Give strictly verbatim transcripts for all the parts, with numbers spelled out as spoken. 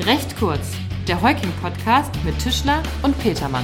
Recht kurz, der Heuking-Podcast mit Tischler und Petermann.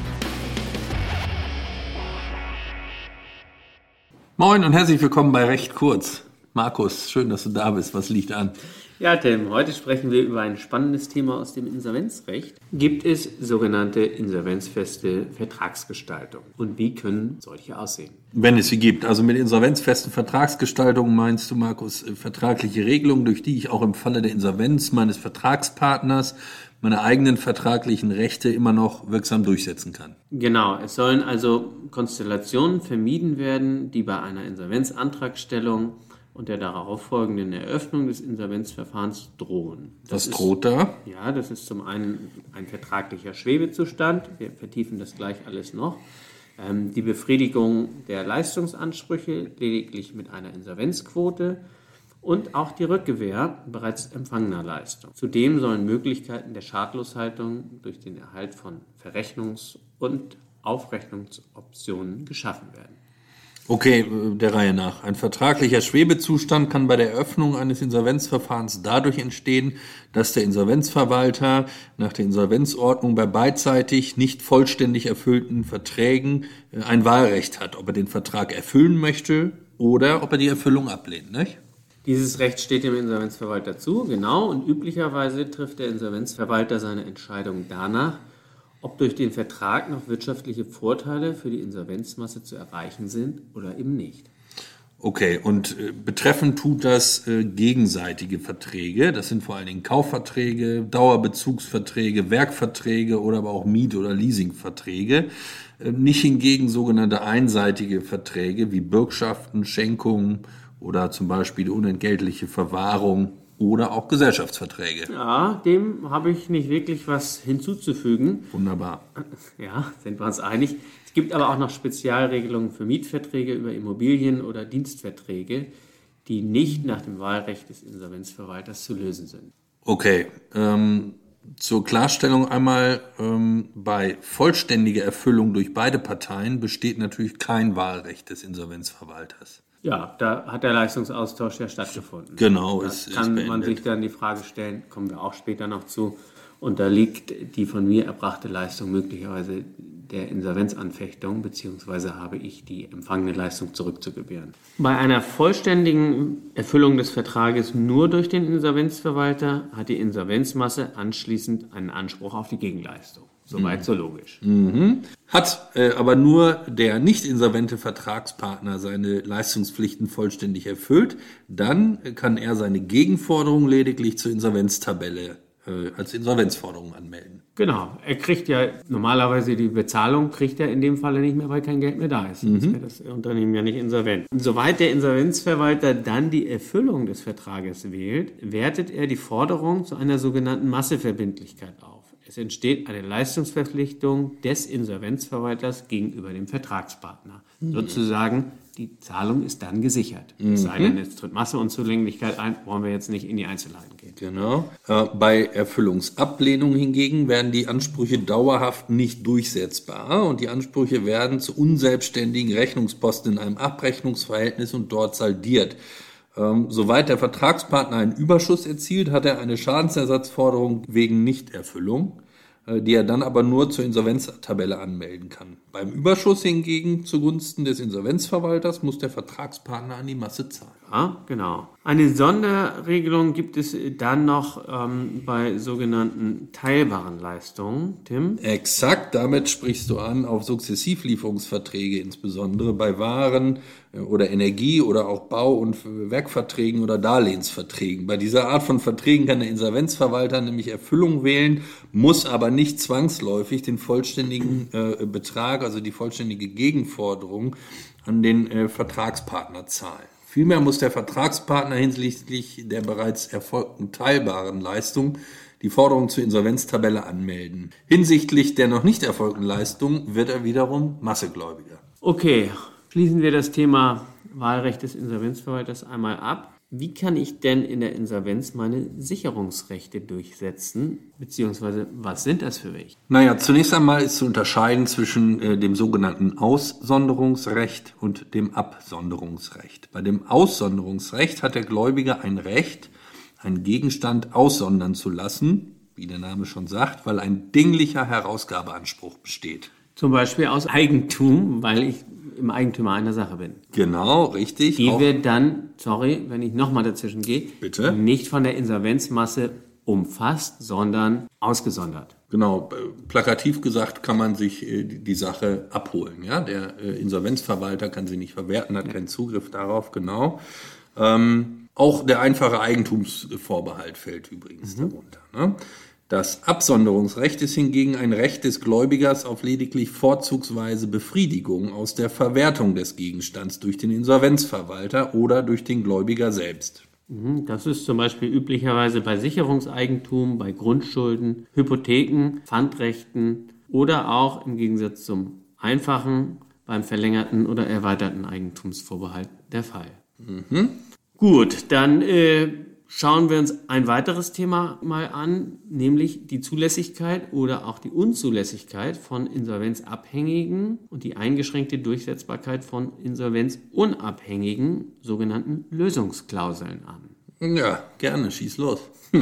Moin und herzlich willkommen bei Recht kurz. Markus, schön, dass du da bist. Was liegt an? Ja, Tim, heute sprechen wir über ein spannendes Thema aus dem Insolvenzrecht. Gibt es sogenannte insolvenzfeste Vertragsgestaltung? Und wie können solche aussehen? Wenn es sie gibt. Also mit insolvenzfesten Vertragsgestaltungen meinst du, Markus, vertragliche Regelungen, durch die ich auch im Falle der Insolvenz meines Vertragspartners meine eigenen vertraglichen Rechte immer noch wirksam durchsetzen kann. Genau, es sollen also Konstellationen vermieden werden, die bei einer Insolvenzantragstellung und der darauf folgenden Eröffnung des Insolvenzverfahrens drohen. Das Was droht da? Ja, das ist zum einen ein vertraglicher Schwebezustand. Wir vertiefen das gleich alles noch. Ähm, die Befriedigung der Leistungsansprüche lediglich mit einer Insolvenzquote und auch die Rückgewähr bereits empfangener Leistung. Zudem sollen Möglichkeiten der Schadloshaltung durch den Erhalt von Verrechnungs- und Aufrechnungsoptionen geschaffen werden. Okay, der Reihe nach. Ein vertraglicher Schwebezustand kann bei der Eröffnung eines Insolvenzverfahrens dadurch entstehen, dass der Insolvenzverwalter nach der Insolvenzordnung bei beidseitig nicht vollständig erfüllten Verträgen ein Wahlrecht hat, ob er den Vertrag erfüllen möchte oder ob er die Erfüllung ablehnt, nicht? Dieses Recht steht dem Insolvenzverwalter zu, genau, und üblicherweise trifft der Insolvenzverwalter seine Entscheidung danach, ob durch den Vertrag noch wirtschaftliche Vorteile für die Insolvenzmasse zu erreichen sind oder eben nicht. Okay, und äh, betreffend tut das äh, gegenseitige Verträge. Das sind vor allen Dingen Kaufverträge, Dauerbezugsverträge, Werkverträge oder aber auch Miet- oder Leasingverträge. Äh, nicht hingegen sogenannte einseitige Verträge wie Bürgschaften, Schenkungen oder zum Beispiel die unentgeltliche Verwahrung oder auch Gesellschaftsverträge. Ja, dem habe ich nicht wirklich was hinzuzufügen. Wunderbar. Ja, sind wir uns einig. Es gibt aber auch noch Spezialregelungen für Mietverträge über Immobilien oder Dienstverträge, die nicht nach dem Wahlrecht des Insolvenzverwalters zu lösen sind. Okay, ähm, zur Klarstellung einmal, ähm, bei vollständiger Erfüllung durch beide Parteien besteht natürlich kein Wahlrecht des Insolvenzverwalters. Ja, da hat der Leistungsaustausch ja stattgefunden. Genau. Da ist, kann ist man sich dann die Frage stellen, kommen wir auch später noch zu, unterliegt die von mir erbrachte Leistung möglicherweise der Insolvenzanfechtung, beziehungsweise habe ich die empfangene Leistung zurückzugewähren. Bei einer vollständigen Erfüllung des Vertrages nur durch den Insolvenzverwalter hat die Insolvenzmasse anschließend einen Anspruch auf die Gegenleistung. Soweit mhm. so logisch. Mhm. Hat äh, aber nur der nicht insolvente Vertragspartner seine Leistungspflichten vollständig erfüllt, dann kann er seine Gegenforderung lediglich zur Insolvenztabelle äh, als Insolvenzforderung anmelden. Genau, er kriegt ja normalerweise die Bezahlung, kriegt er in dem Falle nicht mehr, weil kein Geld mehr da ist. Mhm. Sonst wäre das Unternehmen ja nicht insolvent. Soweit der Insolvenzverwalter dann die Erfüllung des Vertrages wählt, wertet er die Forderung zu einer sogenannten Masseverbindlichkeit auf. Es entsteht eine Leistungsverpflichtung des Insolvenzverwalters gegenüber dem Vertragspartner. Mhm. Sozusagen, die Zahlung ist dann gesichert. Mhm. Es sei denn, es tritt Masseunzulänglichkeit ein, wollen wir jetzt nicht in die Einzelheiten gehen. Genau. Äh, bei Erfüllungsablehnung hingegen werden die Ansprüche dauerhaft nicht durchsetzbar und die Ansprüche werden zu unselbstständigen Rechnungsposten in einem Abrechnungsverhältnis und dort saldiert. Ähm, soweit der Vertragspartner einen Überschuss erzielt, hat er eine Schadensersatzforderung wegen Nichterfüllung, äh, die er dann aber nur zur Insolvenztabelle anmelden kann. Beim Überschuss hingegen zugunsten des Insolvenzverwalters muss der Vertragspartner an die Masse zahlen. Ja, genau. Eine Sonderregelung gibt es dann noch ähm, bei sogenannten teilbaren Leistungen, Tim. Exakt, damit sprichst du an auf Sukzessivlieferungsverträge, insbesondere bei Waren oder Energie oder auch Bau- und Werkverträgen oder Darlehensverträgen. Bei dieser Art von Verträgen kann der Insolvenzverwalter nämlich Erfüllung wählen, muss aber nicht zwangsläufig den vollständigen äh, Betrag, also die vollständige Gegenforderung an den äh, Vertragspartner zahlen. Vielmehr muss der Vertragspartner hinsichtlich der bereits erfolgten teilbaren Leistung die Forderung zur Insolvenztabelle anmelden. Hinsichtlich der noch nicht erfolgten Leistung wird er wiederum Massegläubiger. Okay, schließen wir das Thema Wahlrecht des Insolvenzverwalters einmal ab. Wie kann ich denn in der Insolvenz meine Sicherungsrechte durchsetzen? Beziehungsweise, was sind das für welche? Naja, zunächst einmal ist zu unterscheiden zwischen äh, dem sogenannten Aussonderungsrecht und dem Absonderungsrecht. Bei dem Aussonderungsrecht hat der Gläubiger ein Recht, einen Gegenstand aussondern zu lassen, wie der Name schon sagt, weil ein dinglicher Herausgabeanspruch besteht. Zum Beispiel aus Eigentum, weil ich im Eigentümer einer Sache bin. Genau, richtig. Die Auch wird dann, sorry, wenn ich nochmal dazwischen gehe, Bitte? nicht von der Insolvenzmasse umfasst, sondern ausgesondert. Genau, plakativ gesagt kann man sich äh, die, die Sache abholen. Ja? Der äh, Insolvenzverwalter kann sie nicht verwerten, hat keinen Zugriff darauf, genau. Ähm, auch der einfache Eigentumsvorbehalt fällt übrigens mhm. darunter. Ne? Das Absonderungsrecht ist hingegen ein Recht des Gläubigers auf lediglich vorzugsweise Befriedigung aus der Verwertung des Gegenstands durch den Insolvenzverwalter oder durch den Gläubiger selbst. Das ist zum Beispiel üblicherweise bei Sicherungseigentum, bei Grundschulden, Hypotheken, Pfandrechten oder auch im Gegensatz zum einfachen beim verlängerten oder erweiterten Eigentumsvorbehalt der Fall. Mhm. Gut, dann äh, schauen wir uns ein weiteres Thema mal an, nämlich die Zulässigkeit oder auch die Unzulässigkeit von insolvenzabhängigen und die eingeschränkte Durchsetzbarkeit von insolvenzunabhängigen sogenannten Lösungsklauseln an. Ja, gerne, schieß los.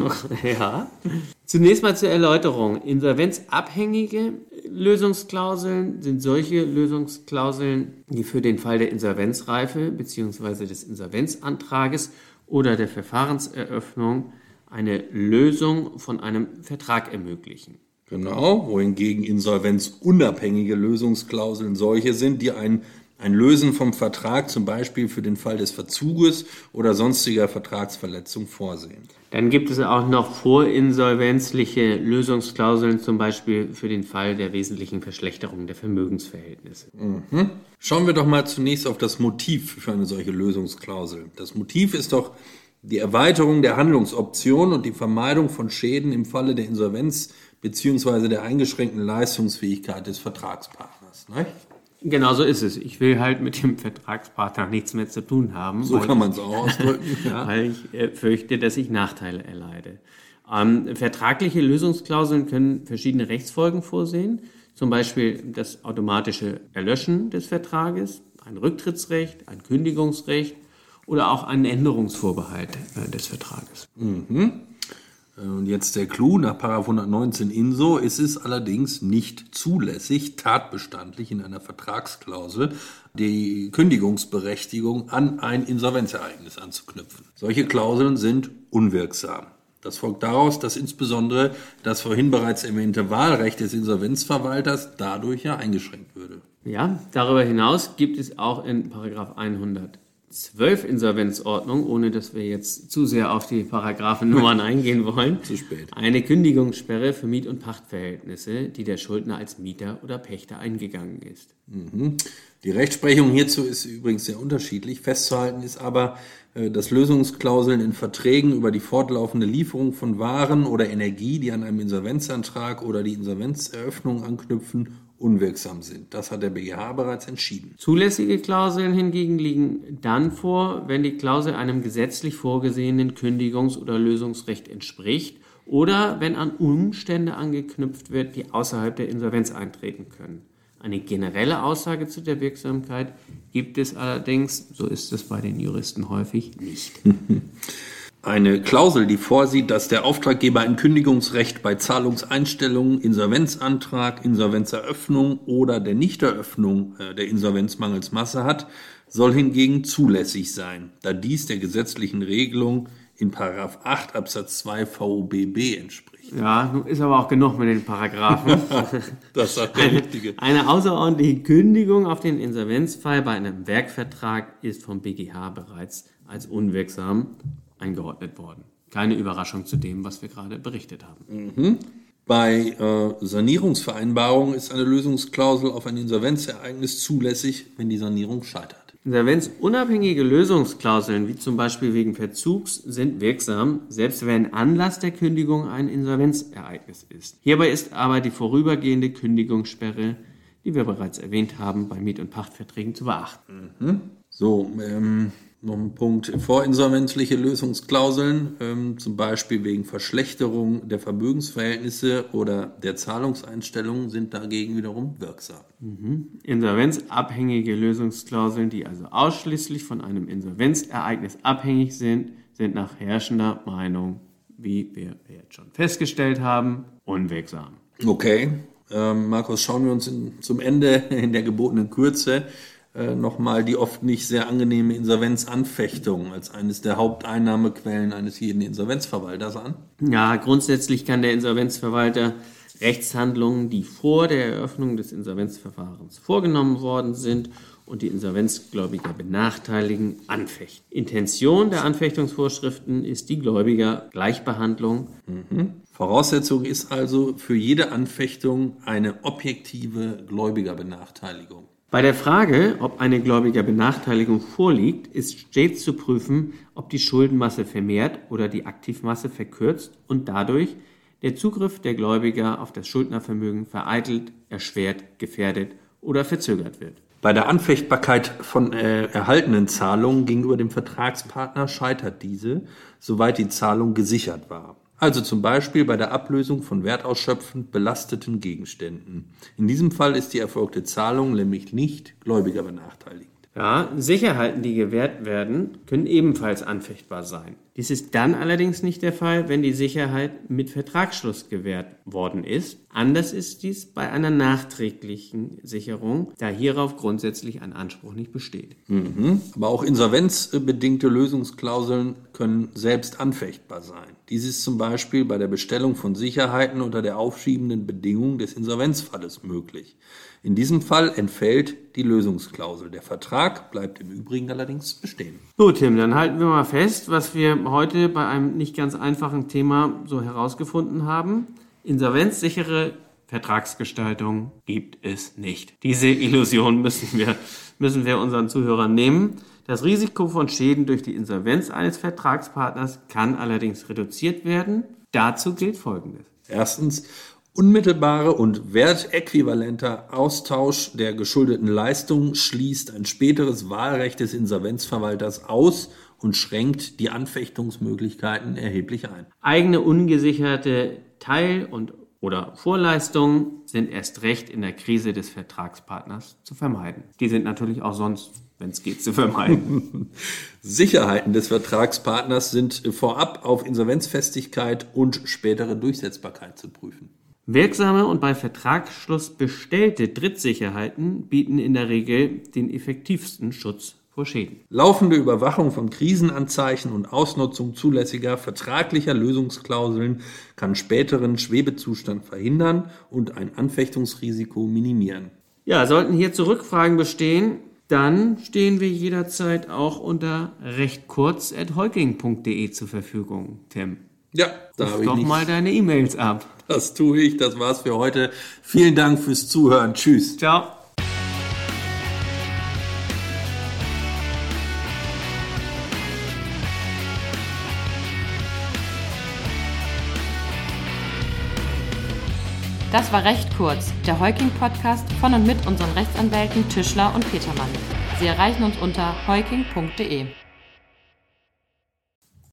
Ja. Zunächst mal zur Erläuterung. Insolvenzabhängige Lösungsklauseln sind solche Lösungsklauseln, die für den Fall der Insolvenzreife bzw. des Insolvenzantrages oder der Verfahrenseröffnung eine Lösung von einem Vertrag ermöglichen. Genau, wohingegen insolvenzunabhängige Lösungsklauseln solche sind, die ein, ein Lösen vom Vertrag zum Beispiel für den Fall des Verzuges oder sonstiger Vertragsverletzung vorsehen. Dann gibt es auch noch vorinsolvenzliche Lösungsklauseln, zum Beispiel für den Fall der wesentlichen Verschlechterung der Vermögensverhältnisse. Mhm. Schauen wir doch mal zunächst auf das Motiv für eine solche Lösungsklausel. Das Motiv ist doch die Erweiterung der Handlungsoption und die Vermeidung von Schäden im Falle der Insolvenz bzw. der eingeschränkten Leistungsfähigkeit des Vertragspartners. Ne? Genau so ist es. Ich will halt mit dem Vertragspartner nichts mehr zu tun haben. So kann man es auch ausdrücken. Ja. Weil ich äh, fürchte, dass ich Nachteile erleide. Ähm, vertragliche Lösungsklauseln können verschiedene Rechtsfolgen vorsehen. Zum Beispiel das automatische Erlöschen des Vertrages, ein Rücktrittsrecht, ein Kündigungsrecht oder auch einen Änderungsvorbehalt äh, des Vertrages. Mhm. Und jetzt der Clou, nach Paragraph hundertneunzehn I N S O ist es allerdings nicht zulässig, tatbestandlich in einer Vertragsklausel die Kündigungsberechtigung an ein Insolvenzereignis anzuknüpfen. Solche Klauseln sind unwirksam. Das folgt daraus, dass insbesondere das vorhin bereits erwähnte Wahlrecht des Insolvenzverwalters dadurch ja eingeschränkt würde. Ja, darüber hinaus gibt es auch in Paragraph hundertzwölf Insolvenzordnung, ohne dass wir jetzt zu sehr auf die Paragraphennummern eingehen wollen, zu spät. Eine Kündigungssperre für Miet- und Pachtverhältnisse, die der Schuldner als Mieter oder Pächter eingegangen ist. Mhm. Die Rechtsprechung hierzu ist übrigens sehr unterschiedlich. Festzuhalten ist aber, dass Lösungsklauseln in Verträgen über die fortlaufende Lieferung von Waren oder Energie, die an einem Insolvenzantrag oder die Insolvenzeröffnung anknüpfen, unwirksam sind. Das hat der B G H bereits entschieden. Zulässige Klauseln hingegen liegen dann vor, wenn die Klausel einem gesetzlich vorgesehenen Kündigungs- oder Lösungsrecht entspricht oder wenn an Umstände angeknüpft wird, die außerhalb der Insolvenz eintreten können. Eine generelle Aussage zu der Wirksamkeit gibt es allerdings, so ist es bei den Juristen häufig, nicht. Eine Klausel, die vorsieht, dass der Auftraggeber ein Kündigungsrecht bei Zahlungseinstellungen, Insolvenzantrag, Insolvenzeröffnung oder der Nichteröffnung der Insolvenz mangels Masse hat, soll hingegen zulässig sein, da dies der gesetzlichen Regelung in Paragraph acht Absatz zwei V O B B entspricht. Ja, nun ist aber auch genug mit den Paragraphen. Das sagt der Richtige. Eine außerordentliche Kündigung auf den Insolvenzfall bei einem Werkvertrag ist vom B G H bereits als unwirksam eingeordnet worden. Keine Überraschung zu dem, was wir gerade berichtet haben. Mhm. Bei äh, Sanierungsvereinbarungen ist eine Lösungsklausel auf ein Insolvenzereignis zulässig, wenn die Sanierung scheitert. Insolvenzunabhängige Lösungsklauseln, wie zum Beispiel wegen Verzugs, sind wirksam, selbst wenn Anlass der Kündigung ein Insolvenzereignis ist. Hierbei ist aber die vorübergehende Kündigungssperre, die wir bereits erwähnt haben, bei Miet- und Pachtverträgen zu beachten. Mhm. So, ähm, noch ein Punkt. Vorinsolvenzliche Lösungsklauseln, ähm, zum Beispiel wegen Verschlechterung der Vermögensverhältnisse oder der Zahlungseinstellungen, sind dagegen wiederum wirksam. Mhm. Insolvenzabhängige Lösungsklauseln, die also ausschließlich von einem Insolvenzereignis abhängig sind, sind nach herrschender Meinung wie wir jetzt schon festgestellt haben, unwirksam. Okay, ähm, Markus, schauen wir uns in, zum Ende in der gebotenen Kürze äh, nochmal die oft nicht sehr angenehme Insolvenzanfechtung als eines der Haupteinnahmequellen eines jeden Insolvenzverwalters an. Ja, grundsätzlich kann der Insolvenzverwalter Rechtshandlungen, die vor der Eröffnung des Insolvenzverfahrens vorgenommen worden sind und die Insolvenzgläubiger benachteiligen, anfechten. Intention der Anfechtungsvorschriften ist die Gläubiger-Gleichbehandlung. Mhm. Voraussetzung ist also für jede Anfechtung eine objektive Gläubigerbenachteiligung. Bei der Frage, ob eine Gläubigerbenachteiligung vorliegt, ist stets zu prüfen, ob die Schuldenmasse vermehrt oder die Aktivmasse verkürzt und dadurch der Zugriff der Gläubiger auf das Schuldnervermögen vereitelt, erschwert, gefährdet oder verzögert wird. Bei der Anfechtbarkeit von äh, erhaltenen Zahlungen gegenüber dem Vertragspartner scheitert diese, soweit die Zahlung gesichert war. Also zum Beispiel bei der Ablösung von wertausschöpfend belasteten Gegenständen. In diesem Fall ist die erfolgte Zahlung nämlich nicht gläubigerbenachteiligend. Ja, Sicherheiten, die gewährt werden, können ebenfalls anfechtbar sein. Dies ist dann allerdings nicht der Fall, wenn die Sicherheit mit Vertragsschluss gewährt worden ist. Anders ist dies bei einer nachträglichen Sicherung, da hierauf grundsätzlich ein Anspruch nicht besteht. Mhm. Aber auch insolvenzbedingte Lösungsklauseln können selbst anfechtbar sein. Dies ist zum Beispiel bei der Bestellung von Sicherheiten unter der aufschiebenden Bedingung des Insolvenzfalles möglich. In diesem Fall entfällt die Lösungsklausel. Der Vertrag bleibt im Übrigen allerdings bestehen. Gut, Tim, dann halten wir mal fest, was wir heute bei einem nicht ganz einfachen Thema so herausgefunden haben. Insolvenzsichere Vertragsgestaltung gibt es nicht. Diese Illusion müssen wir, müssen wir unseren Zuhörern nehmen. Das Risiko von Schäden durch die Insolvenz eines Vertragspartners kann allerdings reduziert werden. Dazu gilt Folgendes. Erstens, unmittelbare und wertäquivalenter Austausch der geschuldeten Leistung schließt ein späteres Wahlrecht des Insolvenzverwalters aus und schränkt die Anfechtungsmöglichkeiten erheblich ein. Eigene ungesicherte Teil- und oder Vorleistungen sind erst recht in der Krise des Vertragspartners zu vermeiden. Die sind natürlich auch sonst, wenn es geht, zu vermeiden. Sicherheiten des Vertragspartners sind vorab auf Insolvenzfestigkeit und spätere Durchsetzbarkeit zu prüfen. Wirksame und bei Vertragsschluss bestellte Drittsicherheiten bieten in der Regel den effektivsten Schutz vor Schäden. Laufende Überwachung von Krisenanzeichen und Ausnutzung zulässiger vertraglicher Lösungsklauseln kann späteren Schwebezustand verhindern und ein Anfechtungsrisiko minimieren. Ja, sollten hierzu Rückfragen bestehen, dann stehen wir jederzeit auch unter recht kurz at heuking punkt de zur Verfügung, Tim. Ja, da habe ich doch nicht. mal deine E-Mails ab. Das tue ich, das war's für heute. Vielen Dank fürs Zuhören. Tschüss. Ciao. Das war recht kurz, der Heuking-Podcast von und mit unseren Rechtsanwälten Tischler und Petermann. Sie erreichen uns unter heuking punkt de.